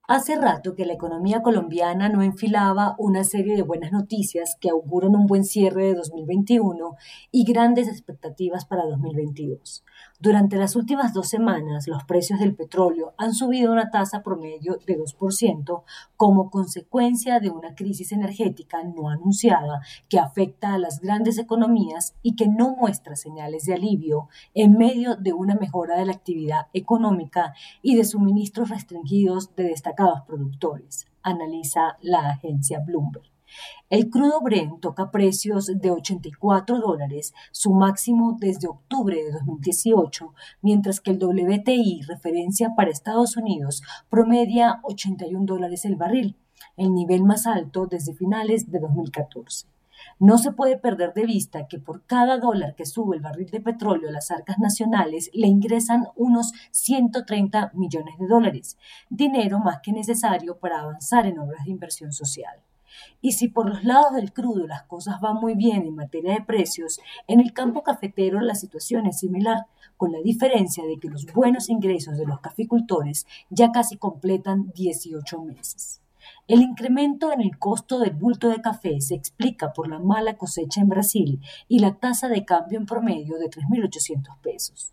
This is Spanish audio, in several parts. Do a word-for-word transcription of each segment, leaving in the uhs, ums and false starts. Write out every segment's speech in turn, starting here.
Hace rato que la economía colombiana no enfilaba una serie de buenas noticias que auguran un buen cierre de dos mil veintiuno y grandes expectativas para dos mil veintidós. Durante las últimas dos semanas, los precios del petróleo han subido a una tasa promedio de dos por ciento como consecuencia de una crisis energética no anunciada que afecta a las grandes economías y que no muestra señales de alivio en medio de una mejora de la actividad económica y de suministros restringidos de destacados productores, analiza la agencia Bloomberg. El crudo Brent toca precios de ochenta y cuatro dólares, su máximo desde octubre de dos mil dieciocho, mientras que el W T I, referencia para Estados Unidos, promedia ochenta y un dólares el barril, el nivel más alto desde finales de dos mil catorce. No se puede perder de vista que por cada dólar que sube el barril de petróleo a las arcas nacionales le ingresan unos ciento treinta millones de dólares, dinero más que necesario para avanzar en obras de inversión social. Y si por los lados del crudo las cosas van muy bien en materia de precios, en el campo cafetero la situación es similar, con la diferencia de que los buenos ingresos de los caficultores ya casi completan dieciocho meses. El incremento en el costo del bulto de café se explica por la mala cosecha en Brasil y la tasa de cambio en promedio de tres mil ochocientos pesos.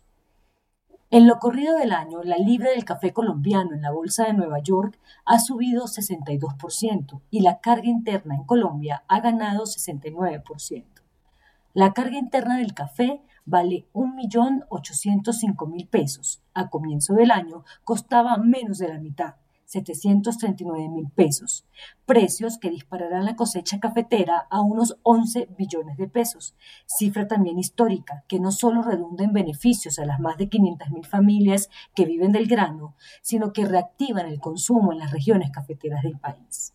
En lo corrido del año, la libra del café colombiano en la bolsa de Nueva York ha subido sesenta y dos por ciento y la carga interna en Colombia ha ganado sesenta y nueve por ciento. La carga interna del café vale un millón ochocientos cinco mil pesos. A comienzo del año costaba menos de la mitad, setecientos treinta y nueve mil pesos, precios que dispararán la cosecha cafetera a unos once billones de pesos, cifra también histórica que no solo redunda en beneficios a las más de quinientas mil familias que viven del grano, sino que reactivan el consumo en las regiones cafeteras del país.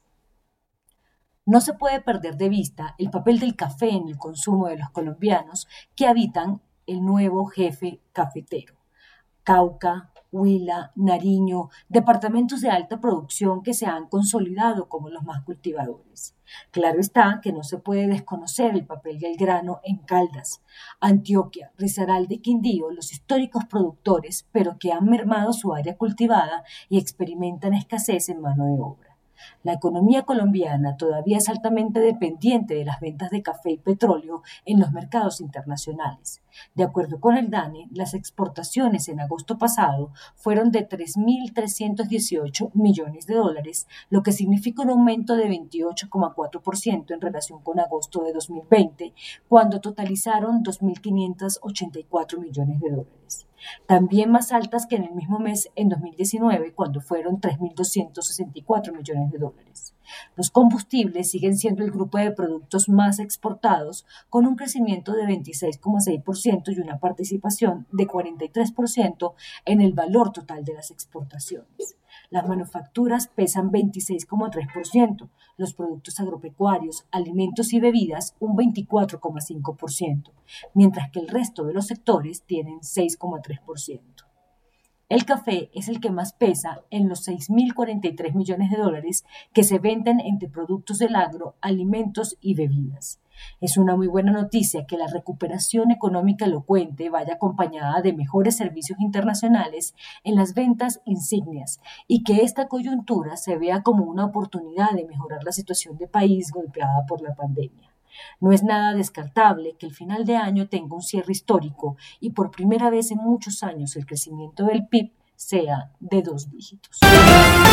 No se puede perder de vista el papel del café en el consumo de los colombianos que habitan el nuevo jefe cafetero. Cauca, Huila, Nariño, departamentos de alta producción que se han consolidado como los más cultivadores. Claro está que no se puede desconocer el papel del grano en Caldas, Antioquia, Risaralda y Quindío, los históricos productores, pero que han mermado su área cultivada y experimentan escasez en mano de obra. La economía colombiana todavía es altamente dependiente de las ventas de café y petróleo en los mercados internacionales. De acuerdo con el DANE, las exportaciones en agosto pasado fueron de tres mil trescientos dieciocho millones de dólares, lo que significa un aumento de veintiocho coma cuatro por ciento en relación con agosto de dos mil veinte, cuando totalizaron dos mil quinientos ochenta y cuatro millones de dólares. También más altas que en el mismo mes en dos mil diecinueve, cuando fueron tres mil doscientos sesenta y cuatro millones de dólares. Los combustibles siguen siendo el grupo de productos más exportados, con un crecimiento de veintiséis coma seis por ciento y una participación de cuarenta y tres por ciento en el valor total de las exportaciones. Las manufacturas pesan veintiséis coma tres por ciento, los productos agropecuarios, alimentos y bebidas un veinticuatro coma cinco por ciento, mientras que el resto de los sectores tienen seis coma tres por ciento. El café es el que más pesa en los seis mil cuarenta y tres millones de dólares que se venden entre productos del agro, alimentos y bebidas. Es una muy buena noticia que la recuperación económica elocuente vaya acompañada de mejores servicios internacionales en las ventas insignias y que esta coyuntura se vea como una oportunidad de mejorar la situación del país golpeada por la pandemia. No es nada descartable que el final de año tenga un cierre histórico y por primera vez en muchos años el crecimiento del P I B sea de dos dígitos.